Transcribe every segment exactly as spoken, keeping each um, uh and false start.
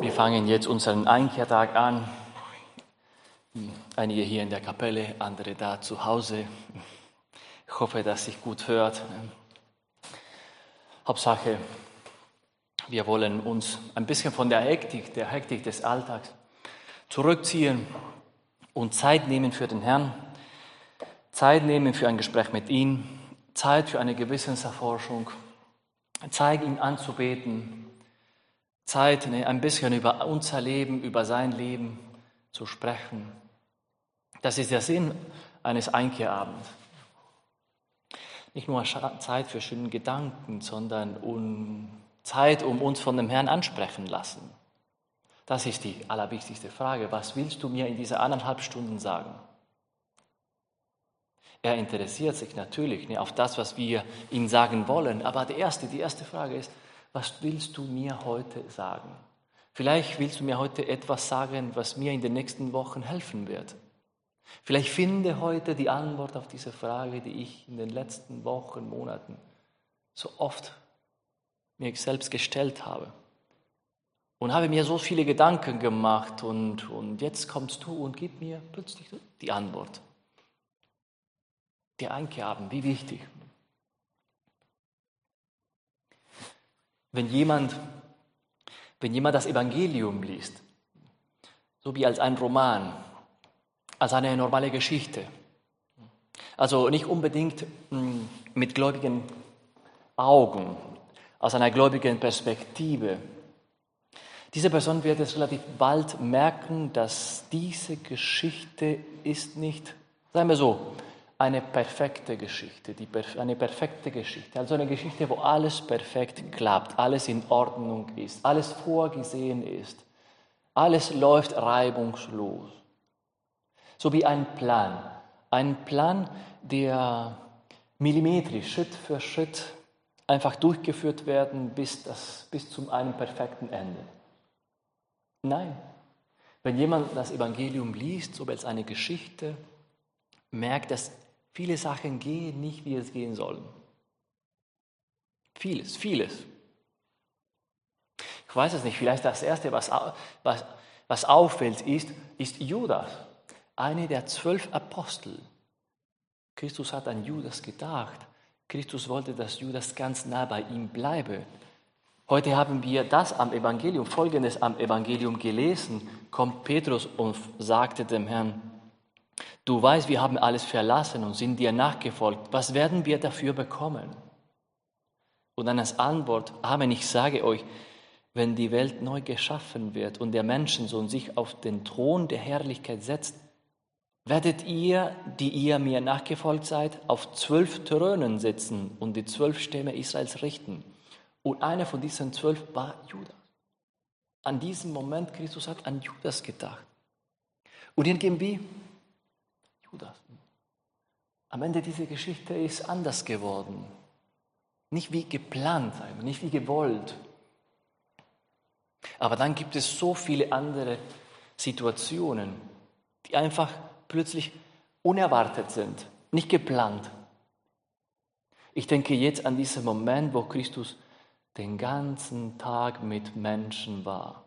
Wir fangen jetzt unseren Einkehrtag an. Einige hier in der Kapelle, andere da zu Hause. Ich hoffe, dass sich gut hört. Hauptsache, wir wollen uns ein bisschen von der Hektik, der Hektik des Alltags zurückziehen und Zeit nehmen für den Herrn, Zeit nehmen für ein Gespräch mit ihm, Zeit für eine Gewissenserforschung, Zeit, ihn anzubeten, Zeit, ein bisschen über unser Leben, über sein Leben zu sprechen. Das ist der Sinn eines Einkehrabends. Nicht nur Zeit für schöne Gedanken, sondern um Zeit, um uns von dem Herrn ansprechen lassen. Das ist die allerwichtigste Frage. Was willst du mir in diese anderthalb Stunden sagen? Er interessiert sich natürlich ne, auf das, was wir ihm sagen wollen. Aber die erste, die erste Frage ist, was willst du mir heute sagen? Vielleicht willst du mir heute etwas sagen, was mir in den nächsten Wochen helfen wird. Vielleicht finde heute die Antwort auf diese Frage, die ich in den letzten Wochen, Monaten so oft mir selbst gestellt habe. Und habe mir so viele Gedanken gemacht und, und jetzt kommst du und gib mir plötzlich die Antwort. Der Einkehrabend, wie wichtig. Wenn jemand, wenn jemand das Evangelium liest, so wie als ein Roman, als eine normale Geschichte, also nicht unbedingt mit gläubigen Augen, aus einer gläubigen Perspektive, diese Person wird es relativ bald merken, dass diese Geschichte ist nicht, sagen wir so, eine perfekte Geschichte, die, eine perfekte Geschichte, also eine Geschichte, wo alles perfekt klappt, alles in Ordnung ist, alles vorgesehen ist, alles läuft reibungslos. So wie ein Plan, ein Plan, der millimetrisch, Schritt für Schritt einfach durchgeführt werden bis, das, bis zu einem perfekten Ende. Nein, wenn jemand das Evangelium liest, so als eine Geschichte, merkt, dass viele Sachen gehen nicht, wie es gehen sollen. Vieles, vieles. Ich weiß es nicht, vielleicht das Erste, was, was, was auffällt, ist, ist Judas, einer der zwölf Apostel. Christus hat an Judas gedacht. Christus wollte, dass Judas ganz nah bei ihm bleibe. Heute haben wir das am Evangelium, Folgendes am Evangelium gelesen, kommt Petrus und sagte dem Herrn, du weißt, wir haben alles verlassen und sind dir nachgefolgt. Was werden wir dafür bekommen? Und dann als Antwort, Amen, ich sage euch, wenn die Welt neu geschaffen wird und der Menschensohn sich auf den Thron der Herrlichkeit setzt, werdet ihr, die ihr mir nachgefolgt seid, auf zwölf Thronen sitzen und die zwölf Stämme Israels richten. Und einer von diesen zwölf war Judas. An diesem Moment, Christus hat an Judas gedacht. Und irgendwie, Judas. Am Ende dieser Geschichte ist anders geworden. Nicht wie geplant, nicht wie gewollt. Aber dann gibt es so viele andere Situationen, die einfach plötzlich unerwartet sind, nicht geplant. Ich denke jetzt an diesen Moment, wo Christus den ganzen Tag mit Menschen war.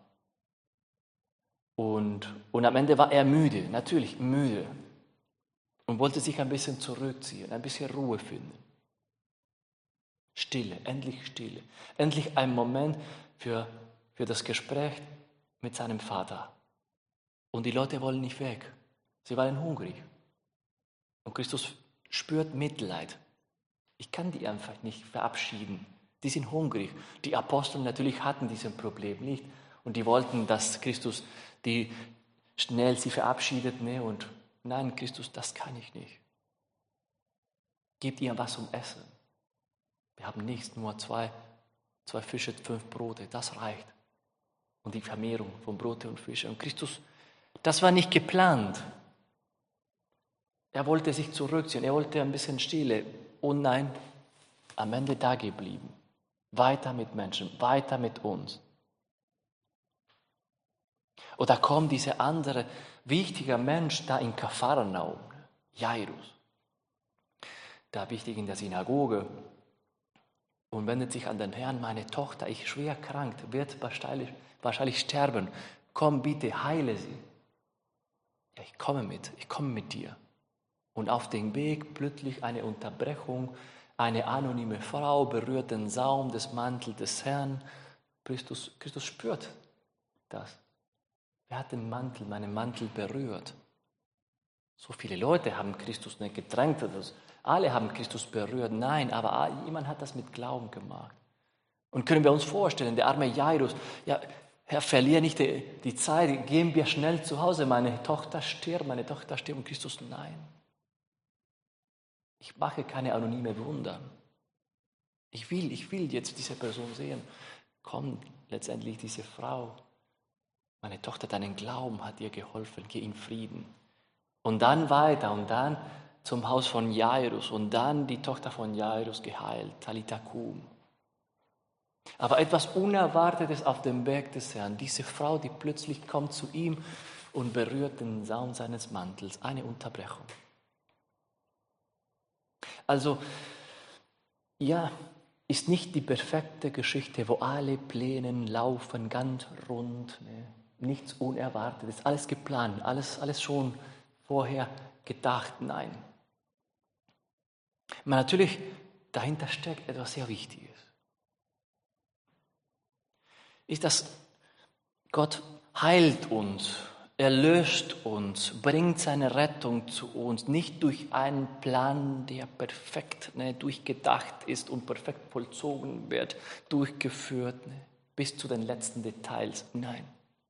Und, und am Ende war er müde, natürlich müde. Und wollte sich ein bisschen zurückziehen, ein bisschen Ruhe finden. Stille, endlich Stille. Endlich ein Moment für, für das Gespräch mit seinem Vater. Und die Leute wollen nicht weg. Sie waren hungrig. Und Christus spürt Mitleid. Ich kann die einfach nicht verabschieden. Die sind hungrig. Die Apostel natürlich hatten dieses Problem nicht. Und die wollten, dass Christus die schnell sie verabschiedet. Ne? Und nein, Christus, das kann ich nicht. Gebt ihr was zum Essen. Wir haben nichts, nur zwei, zwei Fische, fünf Brote. Das reicht. Und die Vermehrung von Brote und Fische. Und Christus, das war nicht geplant. Er wollte sich zurückziehen. Er wollte ein bisschen Stille. Und nein, am Ende da geblieben. Weiter mit Menschen, weiter mit uns. Und da kommt dieser andere wichtige Mensch da in Kapharnaum, Jairus. Da wichtig in der Synagoge. und wendet sich an den Herrn, meine Tochter ist schwer krank, wird wahrscheinlich, wahrscheinlich sterben. Komm bitte, heile sie. Ja, ich komme mit, ich komme mit dir. Und auf dem Weg plötzlich eine Unterbrechung, eine anonyme Frau berührt den Saum des Mantels des Herrn. Christus, Christus spürt das. Wer hat den Mantel, meinen Mantel berührt? So viele Leute haben Christus nicht gedrängt. Alle haben Christus berührt. Nein, aber jemand hat das mit Glauben gemacht. Und können wir uns vorstellen, der arme Jairus, ja, Herr, verliere nicht die, die Zeit, gehen wir schnell zu Hause, meine Tochter stirbt, meine Tochter stirbt. Und Christus, nein. Ich mache keine anonyme Wunder. Ich will, ich will jetzt diese Person sehen. Komm, letztendlich diese Frau. Meine Tochter, deinen Glauben hat dir geholfen, geh in Frieden. Und dann weiter und dann zum Haus von Jairus und dann die Tochter von Jairus geheilt, Talitha Kum. Aber etwas Unerwartetes auf dem Weg des Herrn. Diese Frau, die plötzlich kommt zu ihm und berührt den Saum seines Mantels. Eine Unterbrechung. Also, ja, ist nicht die perfekte Geschichte, wo alle Pläne laufen ganz rund, ne? Nichts Unerwartetes, alles geplant, alles, alles schon vorher gedacht, nein. Aber natürlich, dahinter steckt etwas sehr Wichtiges. Ist, dass Gott heilt uns, erlöst uns, bringt seine Rettung zu uns, nicht durch einen Plan, der perfekt ne, durchgedacht ist und perfekt vollzogen wird, durchgeführt, ne, bis zu den letzten Details. Nein.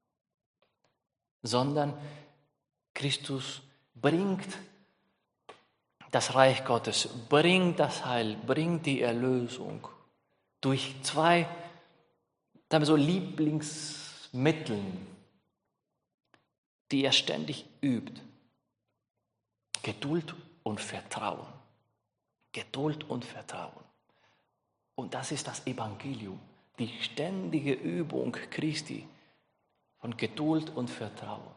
Sondern Christus bringt das Reich Gottes, bringt das Heil, bringt die Erlösung durch zwei, sagen wir so, Lieblingsmitteln, die er ständig übt. Geduld und Vertrauen. Geduld und Vertrauen. Und das ist das Evangelium, die ständige Übung Christi von Geduld und Vertrauen.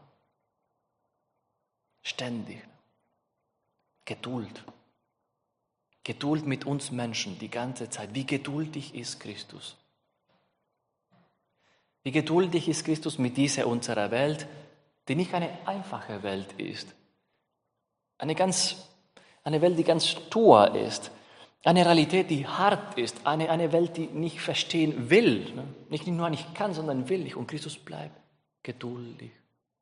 Ständig. Geduld. Geduld mit uns Menschen die ganze Zeit. Wie geduldig ist Christus? Wie geduldig ist Christus mit dieser unserer Welt, die nicht eine einfache Welt ist. Eine, ganz, eine Welt, die ganz stur ist. Eine Realität, die hart ist. Eine, eine Welt, die nicht verstehen will. Ne? Nicht nur nicht kann, sondern will nicht. Und Christus bleibt geduldig.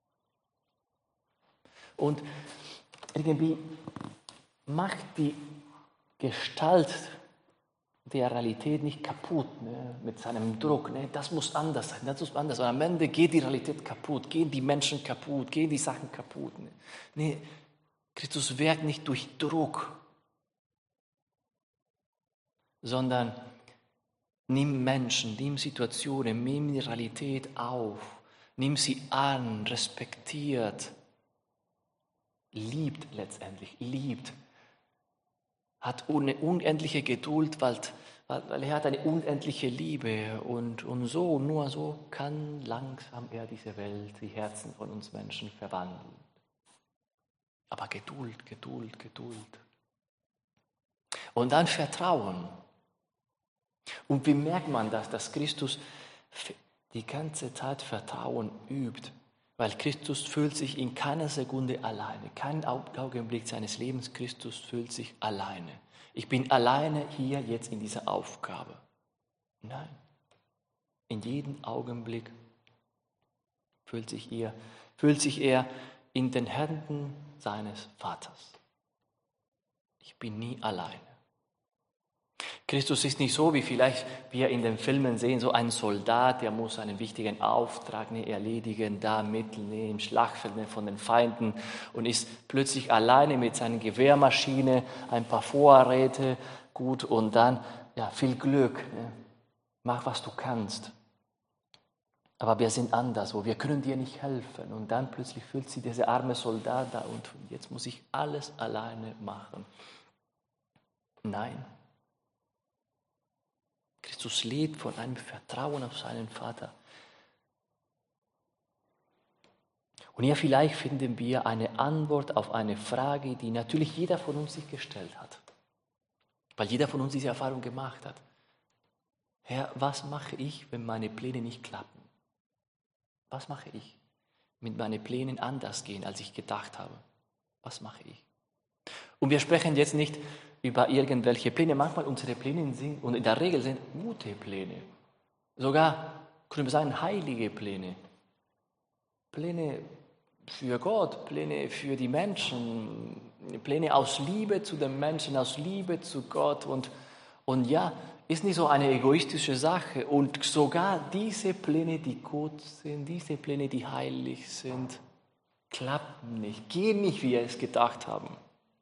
Und irgendwie macht die Gestalt der Realität nicht kaputt, ne, mit seinem Druck. Ne, das muss anders sein, das muss anders sein. Und am Ende geht die Realität kaputt, gehen die Menschen kaputt, gehen die Sachen kaputt. Ne. Nee, Christus wirkt nicht durch Druck, sondern nimm Menschen, nimm Situationen, nimm die Realität auf, nimm sie an, respektiert, liebt letztendlich, liebt. Hat eine unendliche Geduld, weil, weil er hat eine unendliche Liebe und, und so, nur so kann langsam er diese Welt, die Herzen von uns Menschen verwandeln. Aber Geduld, Geduld, Geduld. Und dann Vertrauen. Und wie merkt man das, dass Christus die ganze Zeit Vertrauen übt? Weil Christus fühlt sich in keiner Sekunde alleine. Kein Augenblick seines Lebens, Christus fühlt sich alleine. Ich bin alleine hier jetzt in dieser Aufgabe. Nein. In jedem Augenblick fühlt sich er, fühlt sich er in den Händen seines Vaters. Ich bin nie alleine. Christus ist nicht so, wie vielleicht wir in den Filmen sehen, so ein Soldat, der muss einen wichtigen Auftrag ne, erledigen, da mitten ne, im Schlachtfeld ne, von den Feinden und ist plötzlich alleine mit seiner Gewehrmaschine, ein paar Vorräte, gut und dann ja, viel Glück, ne, mach was du kannst. Aber wir sind anders, wo wir können dir nicht helfen und dann plötzlich fühlt sich dieser arme Soldat da und jetzt muss ich alles alleine machen. Nein. Christus lebt von einem Vertrauen auf seinen Vater. Und hier vielleicht finden wir eine Antwort auf eine Frage, die natürlich jeder von uns sich gestellt hat. Weil jeder von uns diese Erfahrung gemacht hat. Herr, was mache ich, wenn meine Pläne nicht klappen? Was mache ich? Mit meinen Plänen anders gehen, als ich gedacht habe. Was mache ich? Und wir sprechen jetzt nicht über irgendwelche Pläne. Manchmal unsere Pläne sind, und in der Regel sind gute Pläne. Sogar, können wir sagen, heilige Pläne. Pläne für Gott, Pläne für die Menschen, Pläne aus Liebe zu den Menschen, aus Liebe zu Gott. Und, und ja, ist nicht so eine egoistische Sache. Und sogar diese Pläne, die gut sind, diese Pläne, die heilig sind, klappen nicht, gehen nicht, wie wir es gedacht haben.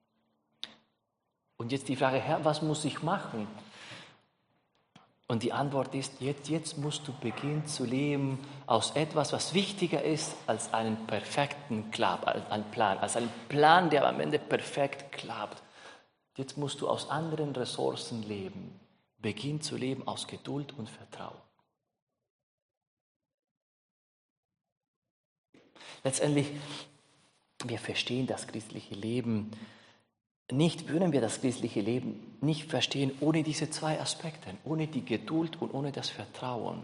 Und jetzt die Frage, Herr, was muss ich machen? Und die Antwort ist, jetzt, jetzt musst du beginnen zu leben aus etwas, was wichtiger ist als einen perfekten Klap, als einen Plan, als einen Plan, der am Ende perfekt klappt. Jetzt musst du aus anderen Ressourcen leben. Beginn zu leben aus Geduld und Vertrauen. Letztendlich, wir verstehen das christliche Leben nicht, würden wir das christliche Leben nicht verstehen ohne diese zwei Aspekte, ohne die Geduld und ohne das Vertrauen.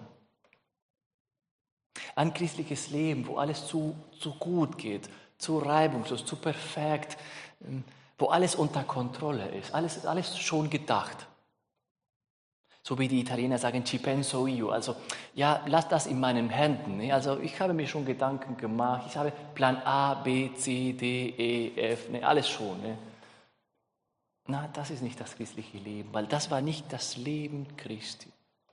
Ein christliches Leben, wo alles zu, zu gut geht, zu reibungslos, zu perfekt, wo alles unter Kontrolle ist, alles, alles schon gedacht. So wie die Italiener sagen, ci penso io, also ja, lass das in meinen Händen. Ne? Also ich habe mir schon Gedanken gemacht, ich habe Plan A, B, C, D, E, F, ne? Alles schon. Ne? Na, das ist nicht das christliche Leben, weil das war nicht das Leben Christi.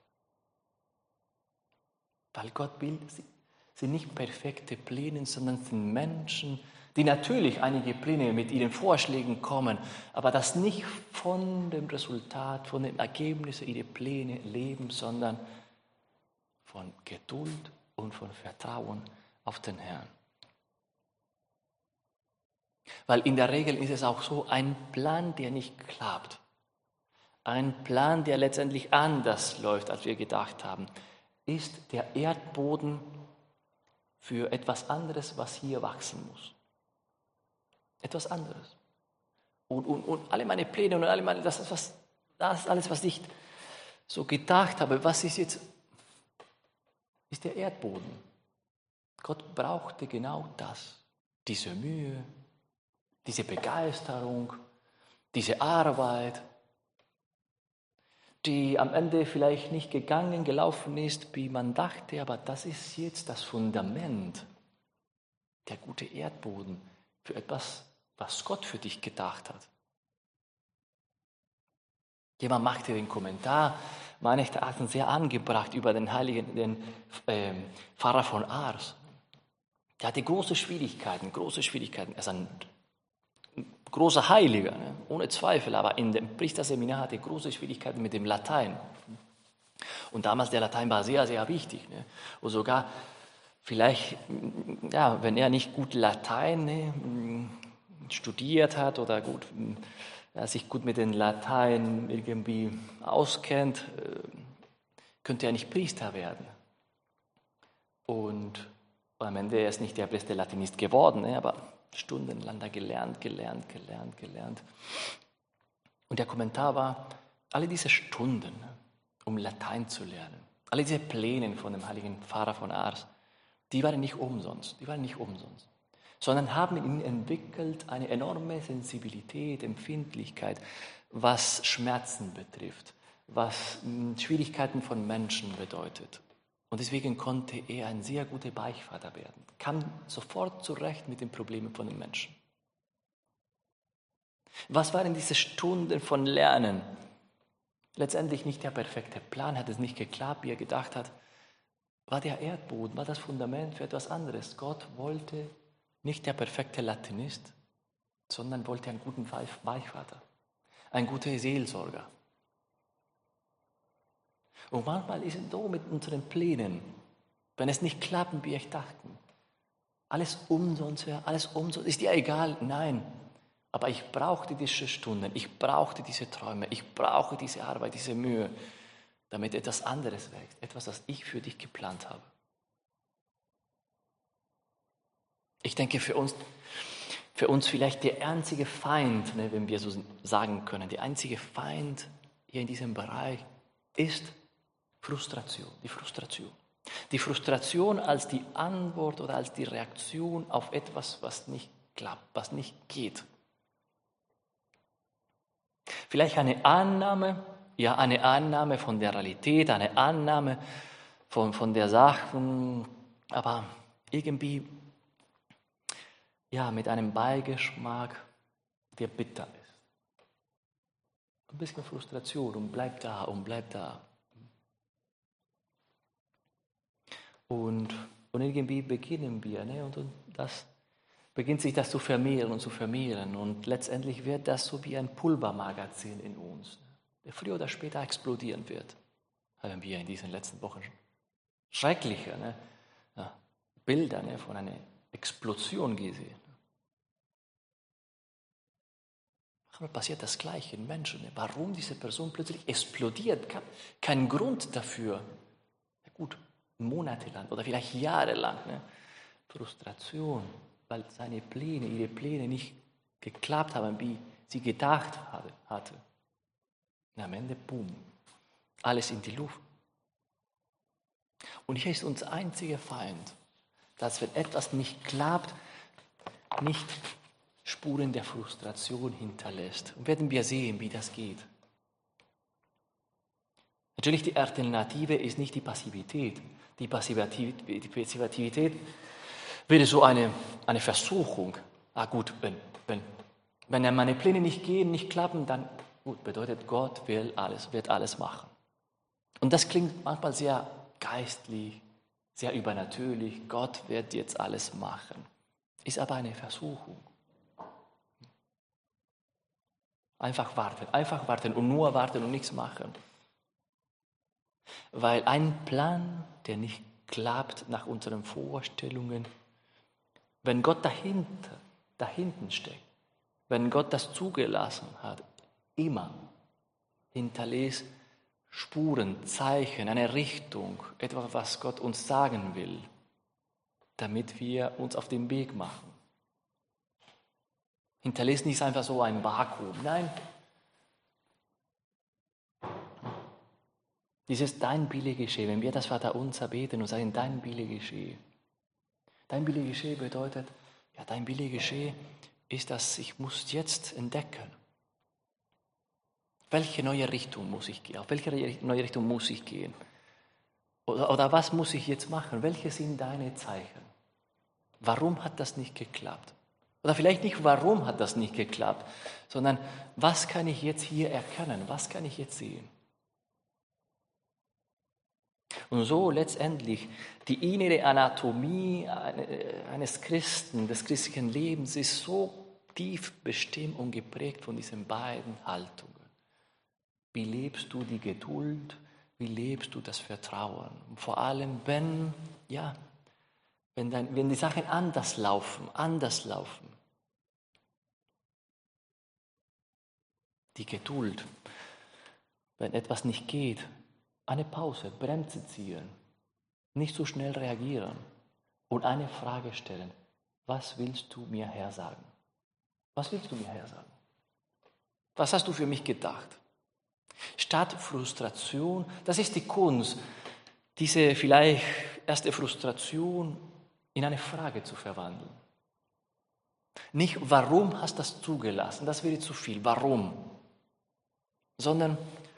Weil Gott will, sie sind nicht perfekte Pläne, sondern sind Menschen, die natürlich einige Pläne mit ihren Vorschlägen kommen, aber das nicht von dem Resultat, von den Ergebnissen ihrer Pläne leben, sondern von Geduld und von Vertrauen auf den Herrn. Weil in der Regel ist es auch so, ein Plan, der nicht klappt, ein Plan, der letztendlich anders läuft, als wir gedacht haben, ist der Erdboden für etwas anderes, was hier wachsen muss. Etwas anderes. Und, und, und alle meine Pläne und alle meine, das, was, das alles, was ich so gedacht habe, was ist jetzt, ist der Erdboden. Gott brauchte genau das, diese Mühe, diese Begeisterung, diese Arbeit, die am Ende vielleicht nicht gegangen, gelaufen ist, wie man dachte, aber das ist jetzt das Fundament, der gute Erdboden für etwas, was Gott für dich gedacht hat. Jemand machte den Kommentar, meines Erachtens sehr angebracht, über den heiligen den, äh, Pfarrer von Ars. Der hatte große Schwierigkeiten, große Schwierigkeiten. Er ist ein großer Heiliger, ne? Ohne Zweifel, aber in dem Priesterseminar hatte er große Schwierigkeiten mit dem Latein. Und damals der Latein war sehr, sehr wichtig. Ne? Und sogar vielleicht, ja, wenn er nicht gut Latein ne, studiert hat oder gut, ja, sich gut mit dem Latein irgendwie auskennt, könnte er nicht Priester werden. Und am Ende er ist nicht der beste Latinist geworden, ne, aber stundenlang da gelernt, gelernt, gelernt, gelernt. Und der Kommentar war, alle diese Stunden, um Latein zu lernen, alle diese Pläne von dem heiligen Pfarrer von Ars, die waren nicht umsonst, die waren nicht umsonst, sondern haben in ihm entwickelt eine enorme Sensibilität, Empfindlichkeit, was Schmerzen betrifft, was Schwierigkeiten von Menschen bedeutet. Und deswegen konnte er ein sehr guter Beichtvater werden, kam sofort zurecht mit den Problemen von den Menschen. Was waren diese Stunden von Lernen? Letztendlich nicht der perfekte Plan, hat es nicht geklappt, wie er gedacht hat. War der Erdboden, war das Fundament für etwas anderes. Gott wollte nicht der perfekte Latinist, sondern wollte einen guten Beichtvater, einen guten Seelsorger. Und manchmal ist es so mit unseren Plänen, wenn es nicht klappt, wie wir dachten. Alles umsonst, alles umsonst, ist dir egal? Nein. Aber ich brauchte diese Stunden, ich brauchte diese Träume, ich brauche diese Arbeit, diese Mühe, damit etwas anderes wächst, etwas, was ich für dich geplant habe. Ich denke, für uns, für uns vielleicht der einzige Feind, ne, wenn wir so sagen können, der einzige Feind hier in diesem Bereich ist Frustration, die Frustration. Die Frustration als die Antwort oder als die Reaktion auf etwas, was nicht klappt, was nicht geht. Vielleicht eine Annahme, ja, eine Annahme von der Realität, eine Annahme von, von der Sache, aber irgendwie ja, mit einem Beigeschmack, der bitter ist. Ein bisschen Frustration und bleibt da und bleibt da. Und, und irgendwie beginnen wir, ne? und, und das beginnt sich das zu vermehren und zu vermehren. Und letztendlich wird das so wie ein Pulvermagazin in uns, der früher oder später explodieren wird. Haben wir in diesen letzten Wochen schreckliche ne? ja, Bilder ne? von einer Explosion gesehen. Manchmal passiert das Gleiche in Menschen. Ne? Warum diese Person plötzlich explodiert, kein Grund dafür. Ja, gut. Monatelang oder vielleicht jahrelang. Ne? Frustration, weil seine Pläne, ihre Pläne nicht geklappt haben, wie sie gedacht hatte. Und am Ende, boom, alles in die Luft. Und hier ist unser einziger Feind, dass wenn etwas nicht klappt, nicht Spuren der Frustration hinterlässt. Und werden wir sehen, wie das geht. Natürlich, die Alternative ist nicht die Passivität. Die Passivität, die Passivität wäre so eine, eine Versuchung. Ah gut, wenn, wenn, wenn meine Pläne nicht gehen, nicht klappen, dann gut, bedeutet Gott will alles, wird alles machen. Und das klingt manchmal sehr geistlich, sehr übernatürlich. Gott wird jetzt alles machen. Ist aber eine Versuchung. Einfach warten, einfach warten und nur warten und nichts machen. Weil ein Plan, der nicht klappt nach unseren Vorstellungen, wenn Gott dahinter, dahinten steckt, wenn Gott das zugelassen hat, immer hinterlässt Spuren, Zeichen, eine Richtung, etwas, was Gott uns sagen will, damit wir uns auf den Weg machen. Hinterlässt nicht einfach so ein Vakuum, nein. Dieses dein Wille geschehe, wenn wir das Vaterunser beten und sagen, dein Wille geschehe. Dein Wille geschehe bedeutet, ja, dein Wille geschehe ist, dass ich muss jetzt entdecken. Welche neue Richtung muss ich gehen? Auf welche neue Richtung muss ich gehen? Oder, oder was muss ich jetzt machen? Welche sind deine Zeichen? Warum hat das nicht geklappt? Oder vielleicht nicht, warum hat das nicht geklappt, sondern was kann ich jetzt hier erkennen? Was kann ich jetzt sehen? Und so letztendlich die innere Anatomie eines Christen, des christlichen Lebens ist so tief bestimmt und geprägt von diesen beiden Haltungen. Wie lebst du die Geduld? Wie lebst du das Vertrauen? Und vor allem, wenn, ja, wenn, dein, wenn die Sachen anders laufen, anders laufen. Die Geduld, wenn etwas nicht geht, eine Pause, Bremse ziehen, nicht so schnell reagieren und eine Frage stellen. Was willst du mir Herr sagen? Was willst du mir Herr sagen? Was hast du für mich gedacht? Statt Frustration, das ist die Kunst, diese vielleicht erste Frustration in eine Frage zu verwandeln. Nicht, warum hast du das zugelassen? Das wäre zu viel. Warum? Sondern,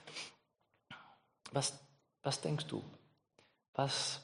was, was denkst du? Was,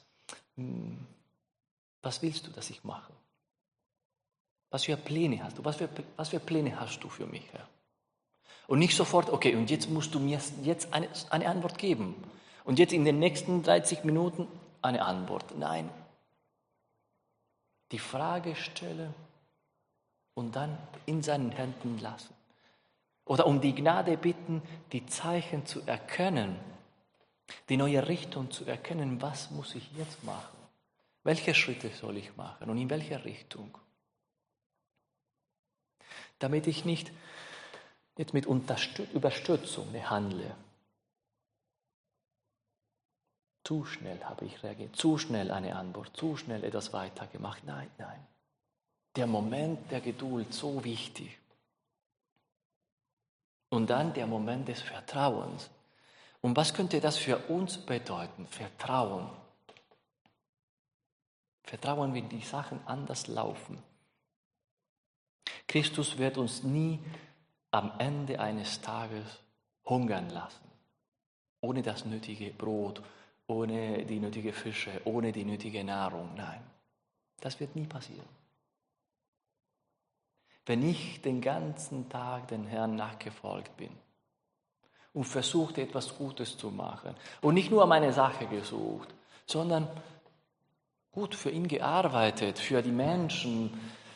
was willst du, dass ich mache? Was für Pläne hast du? Was für, was für Pläne hast du für mich, Herr? Und nicht sofort, okay, und jetzt musst du mir jetzt eine, eine Antwort geben. Und jetzt in den nächsten dreißig Minuten eine Antwort. Nein. Die Frage stellen und dann in seinen Händen lassen. Oder um die Gnade bitten, die Zeichen zu erkennen, die neue Richtung zu erkennen, was muss ich jetzt machen? Welche Schritte soll ich machen und in welcher Richtung? Damit ich nicht jetzt mit Überstützung handle. Zu schnell habe ich reagiert, zu schnell eine Antwort, zu schnell etwas weitergemacht. Nein, nein. Der Moment der Geduld, so wichtig. Und dann der Moment des Vertrauens. Und was könnte das für uns bedeuten? Vertrauen. Vertrauen, wenn die Sachen anders laufen. Christus wird uns nie am Ende eines Tages hungern lassen. Ohne das nötige Brot, ohne die nötige Fische, ohne die nötige Nahrung. Nein, das wird nie passieren. Wenn ich den ganzen Tag den Herrn nachgefolgt bin und versuchte, etwas Gutes zu machen und nicht nur meine Sache gesucht, sondern gut für ihn gearbeitet, für die Menschen.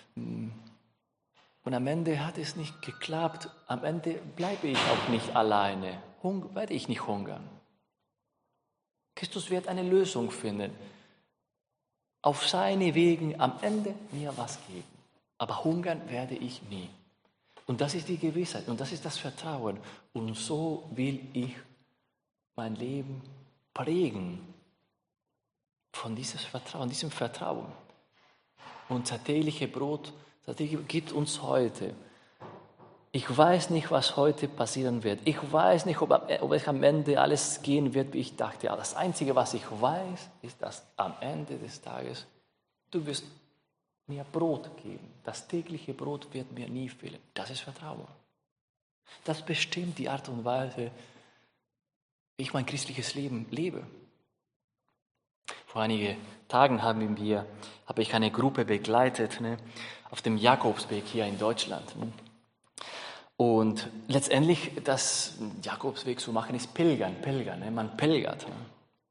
Und am Ende hat es nicht geklappt. Am Ende bleibe ich auch nicht alleine. Hung- werde ich nicht hungern. Christus wird eine Lösung finden. Auf seine Wegen am Ende mir was geben. Aber hungern werde ich nie. Und das ist die Gewissheit und das ist das Vertrauen. Und so will ich mein Leben prägen. Von diesem Vertrauen, diesem Vertrauen. Unser tägliches Brot das gibt uns heute. Ich weiß nicht, was heute passieren wird. Ich weiß nicht, ob, ob es am Ende alles gehen wird, wie ich dachte. Aber das Einzige, was ich weiß, ist, dass am Ende des Tages du wirst mir Brot geben. Das tägliche Brot wird mir nie fehlen. Das ist Vertrauen. Das bestimmt die Art und Weise, wie ich mein christliches Leben lebe. Vor einigen Tagen haben wir, habe ich eine Gruppe begleitet, ne, auf dem Jakobsweg hier in Deutschland. Ne. Und letztendlich, das Jakobsweg zu machen, ist Pilgern, Pilgern, ne, man pilgert. Ne.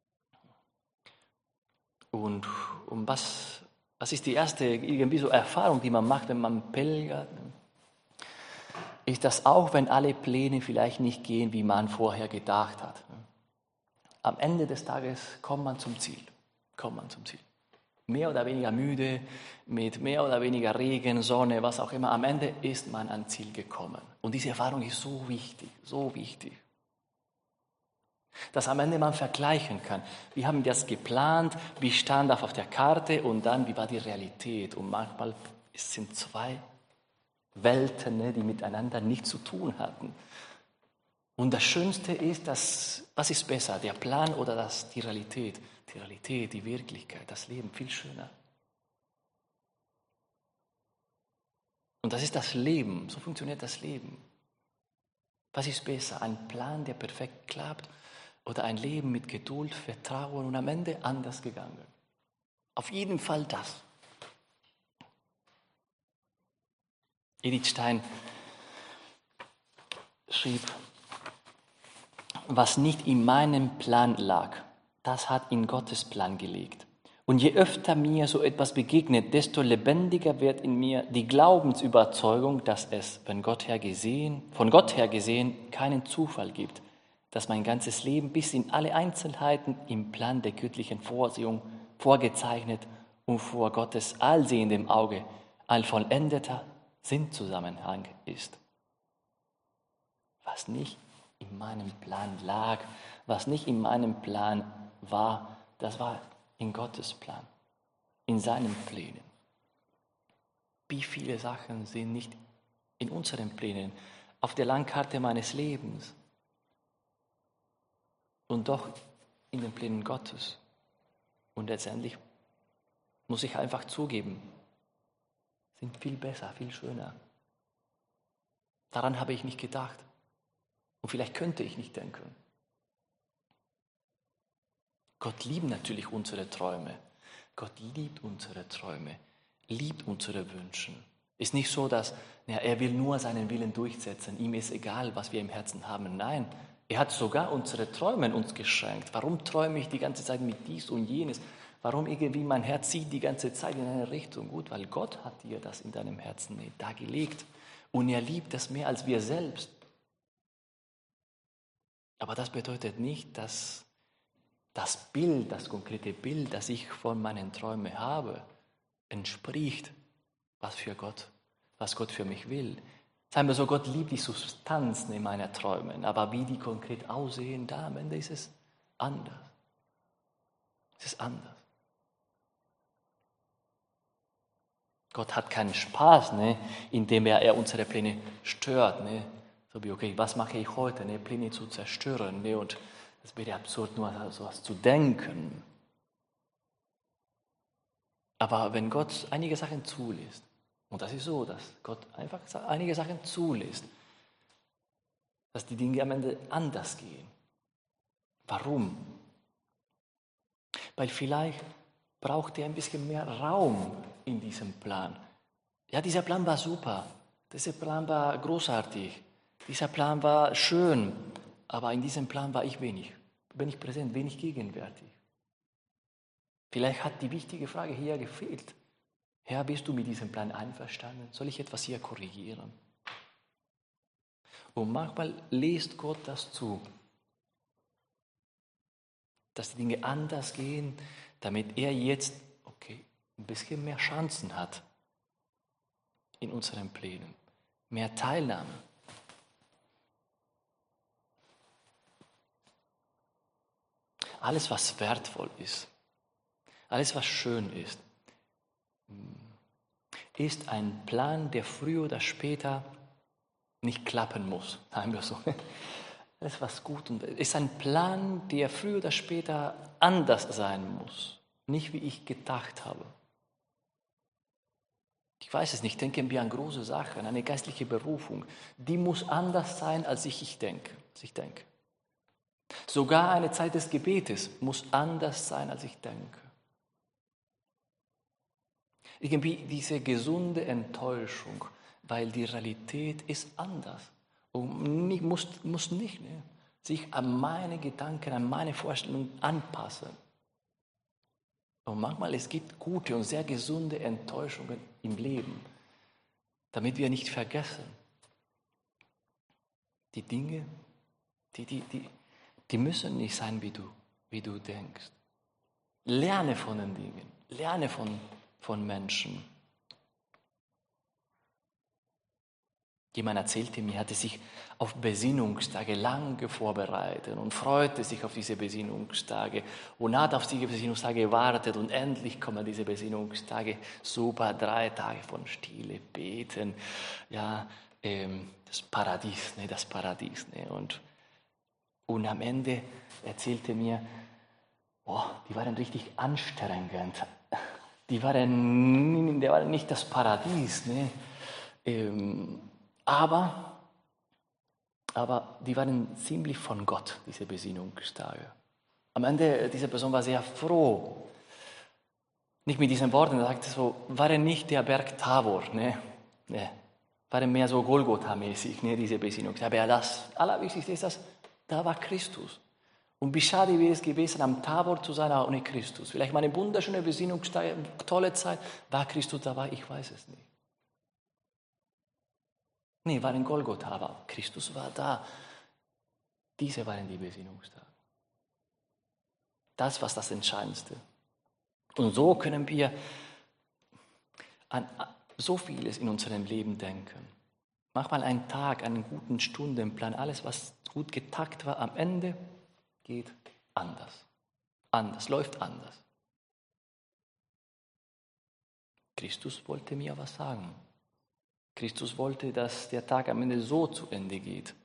Und um was, was ist die erste irgendwie so Erfahrung, die man macht, wenn man pilgert? Ne? Ist das auch, wenn alle Pläne vielleicht nicht gehen, wie man vorher gedacht hat. Ne. Am Ende des Tages kommt man zum Ziel. Kommt man zum Ziel. Mehr oder weniger müde, mit mehr oder weniger Regen, Sonne, was auch immer. Am Ende ist man ans Ziel gekommen. Und diese Erfahrung ist so wichtig, so wichtig. Dass am Ende man vergleichen kann. Wir haben das geplant, wie stand das auf der Karte und dann, wie war die Realität. Und manchmal sind zwei Welten, die miteinander nichts zu tun hatten. Und das Schönste ist, dass, was ist besser, der Plan oder das, die Realität? Die Realität, die Wirklichkeit, das Leben, viel schöner. Und das ist das Leben, so funktioniert das Leben. Was ist besser, ein Plan, der perfekt klappt oder ein Leben mit Geduld, Vertrauen und am Ende anders gegangen? Auf jeden Fall das. Edith Stein schrieb, was nicht in meinem Plan lag, das hat in Gottes Plan gelegt. Und je öfter mir so etwas begegnet, desto lebendiger wird in mir die Glaubensüberzeugung, dass es von Gott her gesehen, von Gott her gesehen keinen Zufall gibt, dass mein ganzes Leben bis in alle Einzelheiten im Plan der göttlichen Vorsehung vorgezeichnet und vor Gottes allsehendem Auge ein vollendeter Sinnzusammenhang ist. Was nicht in meinem Plan lag, was nicht in meinem Plan war, das war in Gottes Plan, in seinen Plänen. Wie viele Sachen sind nicht in unseren Plänen, auf der Landkarte meines Lebens und doch in den Plänen Gottes. Und letztendlich muss ich einfach zugeben, sind viel besser, viel schöner. Daran habe ich nicht gedacht. Und vielleicht könnte ich nicht denken. Gott liebt natürlich unsere Träume. Gott liebt unsere Träume, liebt unsere Wünsche. Ist nicht so, dass ja, er will nur seinen Willen durchsetzen. Ihm ist egal, was wir im Herzen haben. Nein, er hat sogar unsere Träume uns geschenkt. Warum träume ich die ganze Zeit mit dies und jenes? Warum irgendwie mein Herz zieht die ganze Zeit in eine Richtung? Gut, weil Gott hat dir das in deinem Herzen da gelegt. Und er liebt es mehr als wir selbst. Aber das bedeutet nicht, dass das Bild, das konkrete Bild, das ich von meinen Träumen habe, entspricht, was für Gott, was Gott für mich will. Sagen wir so, Gott liebt die Substanzen in meinen Träumen, aber wie die konkret aussehen, da am Ende ist es anders. Es ist anders. Gott hat keinen Spaß, ne, indem er, er unsere Pläne stört. Ne. So wie, okay, was mache ich heute, ne, Pläne zu zerstören, ne, und es wäre absurd, nur so etwas zu denken. Aber wenn Gott einige Sachen zulässt, und das ist so, dass Gott einfach einige Sachen zulässt, dass die Dinge am Ende anders gehen. Warum? Weil vielleicht braucht er ein bisschen mehr Raum in diesem Plan. Ja, dieser Plan war super, dieser Plan war großartig, dieser Plan war schön, aber in diesem Plan war ich wenig, wenig präsent, wenig gegenwärtig. Vielleicht hat die wichtige Frage hier gefehlt. Herr, bist du mit diesem Plan einverstanden? Soll ich etwas hier korrigieren? Und manchmal lässt Gott das zu, dass die Dinge anders gehen, damit er jetzt, okay, ein bisschen mehr Chancen hat in unseren Plänen, mehr Teilnahme. Alles, was wertvoll ist, alles, was schön ist, ist ein Plan, der früher oder später nicht klappen muss. Sagen wir so. Alles, was gut und ist ein Plan, der früher oder später anders sein muss. Nicht, wie ich gedacht habe. Ich weiß es nicht, denken wir an große Sachen, an eine geistliche Berufung. Die muss anders sein, als ich, ich denke. Als ich denke. Sogar eine Zeit des Gebetes muss anders sein, als ich denke. Irgendwie diese gesunde Enttäuschung, weil die Realität ist anders. Und nicht, muss, muss nicht ne, sich an meine Gedanken, an meine Vorstellungen anpassen. Und manchmal es gibt gute und sehr gesunde Enttäuschungen im Leben, damit wir nicht vergessen, die Dinge, die, die, die, die müssen nicht sein, wie du, wie du denkst. Lerne von den Dingen, lerne von, von Menschen. Jemand erzählte mir, hatte sich auf Besinnungstage lange vorbereitet und freute sich auf diese Besinnungstage und hat auf diese Besinnungstage gewartet und endlich kommen diese Besinnungstage. Super, drei Tage von Stille, Beten, ja, ähm, das Paradies, ne, das Paradies. Ne, und, und am Ende erzählte mir, oh, die waren richtig anstrengend. Die waren, die waren nicht das Paradies, ne, ähm, Aber, aber die waren ziemlich von Gott, diese Besinnungstage. Am Ende, diese Person war sehr froh. Nicht mit diesen Worten, er sagte so, war nicht der Berg Tabor, ne? Ne. War mehr so Golgotha-mäßig, ne, diese Besinnungstage. Aber das Allerwichtigste ist, dass da war Christus. Und wie schade wäre es gewesen, am Tabor zu sein, aber ohne Christus. Vielleicht mal eine wunderschöne Besinnungstage, tolle Zeit, war Christus dabei, ich weiß es nicht. Nee, war in Golgotha, aber Christus war da. Diese waren die Besinnungstage. Das war das Entscheidendste. Und so können wir an so vieles in unserem Leben denken. Mach mal einen Tag, einen guten Stundenplan, alles, was gut getakt war, am Ende geht anders. Anders, läuft anders. Christus wollte mir was sagen. Christus wollte, dass der Tag am Ende so zu Ende geht.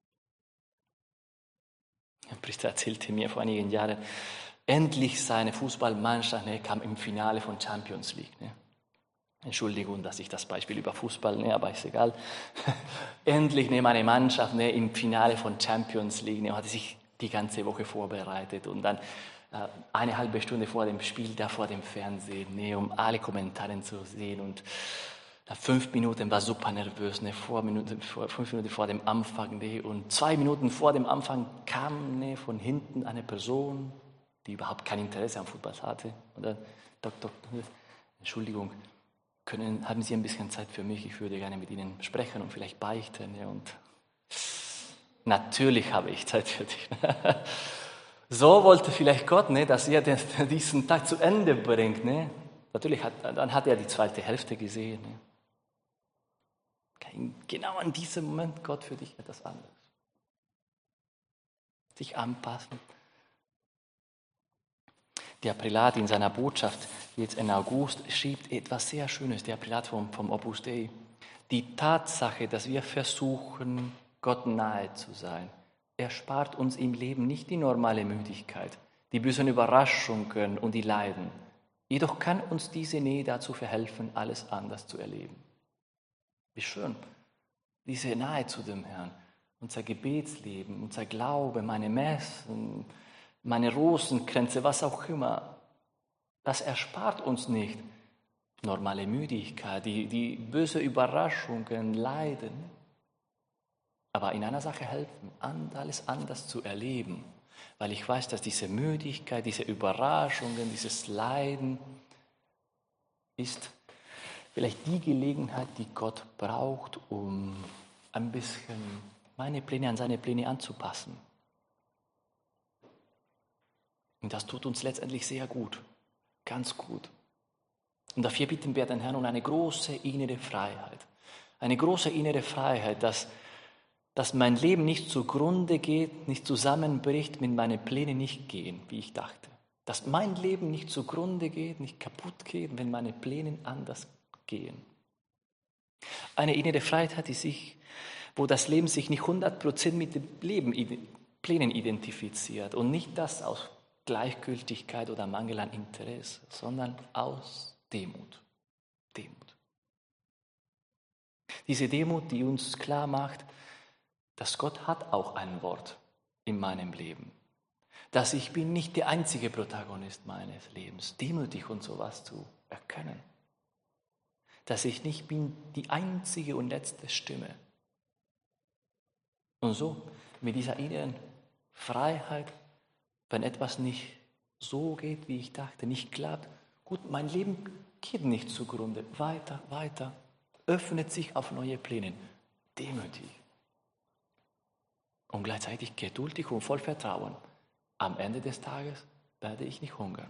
Ein Priester erzählte mir vor einigen Jahren, endlich seine Fußballmannschaft ne, kam im Finale von Champions League. Ne. Entschuldigung, dass ich das Beispiel über Fußball, ne, aber ist egal. Endlich ne, meine Mannschaft ne, im Finale von Champions League ne, hatte sich die ganze Woche vorbereitet und dann äh, eine halbe Stunde vor dem Spiel da vor dem Fernsehen, ne, um alle Kommentare zu sehen und nach fünf Minuten war super nervös, ne, vor Minuten, vor, fünf Minuten vor dem Anfang. Ne, und zwei Minuten vor dem Anfang kam ne, von hinten eine Person, die überhaupt kein Interesse am Fußball hatte. Und dann, Doktor, Entschuldigung, können, haben Sie ein bisschen Zeit für mich? Ich würde gerne mit Ihnen sprechen und vielleicht beichten. Ne, und natürlich habe ich Zeit für dich. So wollte vielleicht Gott, ne, dass er den, diesen Tag zu Ende bringt. Ne. Natürlich hat, dann hat er die zweite Hälfte gesehen. Ne. Genau in diesem Moment Gott für dich etwas anderes. Sich anpassen. Der Prälat in seiner Botschaft jetzt im August schrieb etwas sehr Schönes, der Prälat vom, vom Opus Dei. Die Tatsache, dass wir versuchen, Gott nahe zu sein, erspart uns im Leben nicht die normale Müdigkeit, die bösen Überraschungen und die Leiden. Jedoch kann uns diese Nähe dazu verhelfen, alles anders zu erleben. Wie schön, diese Nähe zu dem Herrn, unser Gebetsleben, unser Glaube, meine Messen, meine Rosenkränze, was auch immer, das erspart uns nicht normale Müdigkeit, die, die böse Überraschungen, Leiden, aber in einer Sache helfen, alles anders zu erleben, weil ich weiß, dass diese Müdigkeit, diese Überraschungen, dieses Leiden ist vielleicht die Gelegenheit, die Gott braucht, um ein bisschen meine Pläne an seine Pläne anzupassen. Und das tut uns letztendlich sehr gut, ganz gut. Und dafür bitten wir den Herrn um eine große innere Freiheit. Eine große innere Freiheit, dass, dass mein Leben nicht zugrunde geht, nicht zusammenbricht, wenn meine Pläne nicht gehen, wie ich dachte. Dass mein Leben nicht zugrunde geht, nicht kaputt geht, wenn meine Pläne anders gehen. Eine innere Freiheit, die sich, wo das Leben sich nicht hundert Prozent mit dem Leben, Plänen identifiziert und nicht das aus Gleichgültigkeit oder Mangel an Interesse, sondern aus Demut. Demut. Diese Demut, die uns klar macht, dass Gott hat auch ein Wort in meinem Leben. Dass ich bin nicht der einzige Protagonist meines Lebens, demütig und sowas zu erkennen. Dass ich nicht bin die einzige und letzte Stimme. Und so mit dieser inneren Freiheit, wenn etwas nicht so geht, wie ich dachte, nicht klappt, gut, mein Leben geht nicht zugrunde. Weiter, weiter, öffnet sich auf neue Pläne. Demütig. Und gleichzeitig geduldig und voll Vertrauen. Am Ende des Tages werde ich nicht hungern.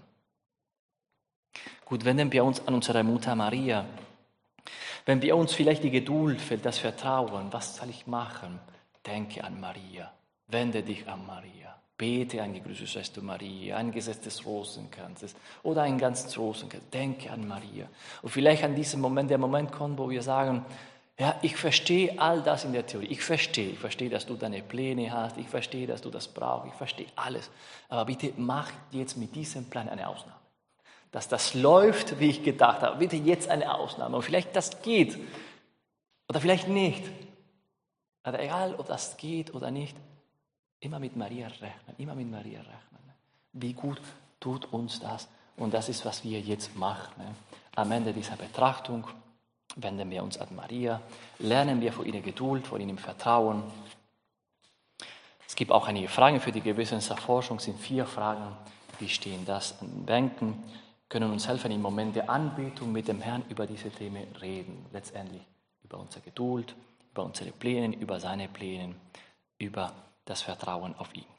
Gut, wenden wir uns an unsere Mutter Maria. Wenn wir uns vielleicht die Geduld fehlt, das Vertrauen, was soll ich machen? Denke an Maria. Wende dich an Maria. Bete ein Gegrüßet seist du Maria, ein Gesetz des Rosenkranzes oder ein ganzes Rosenkranz. Denke an Maria. Und vielleicht an diesem Moment, der Moment kommt, wo wir sagen, ja, ich verstehe all das in der Theorie. Ich verstehe, ich verstehe, dass du deine Pläne hast. Ich verstehe, dass du das brauchst. Ich verstehe alles. Aber bitte mach jetzt mit diesem Plan eine Ausnahme. Dass das läuft, wie ich gedacht habe. Bitte jetzt eine Ausnahme. Und vielleicht das geht. Oder vielleicht nicht. Aber egal, ob das geht oder nicht, immer mit Maria rechnen. Immer mit Maria rechnen. Wie gut tut uns das? Und das ist, was wir jetzt machen. Am Ende dieser Betrachtung wenden wir uns an Maria, lernen wir von ihrer Geduld, von ihrem Vertrauen. Es gibt auch einige Fragen für die Gewissenserforschung, es sind vier Fragen, die stehen das an den Bänken, können uns helfen, im Moment der Anbetung mit dem Herrn über diese Themen reden. Letztendlich über unsere Geduld, über unsere Pläne, über seine Pläne, über das Vertrauen auf ihn.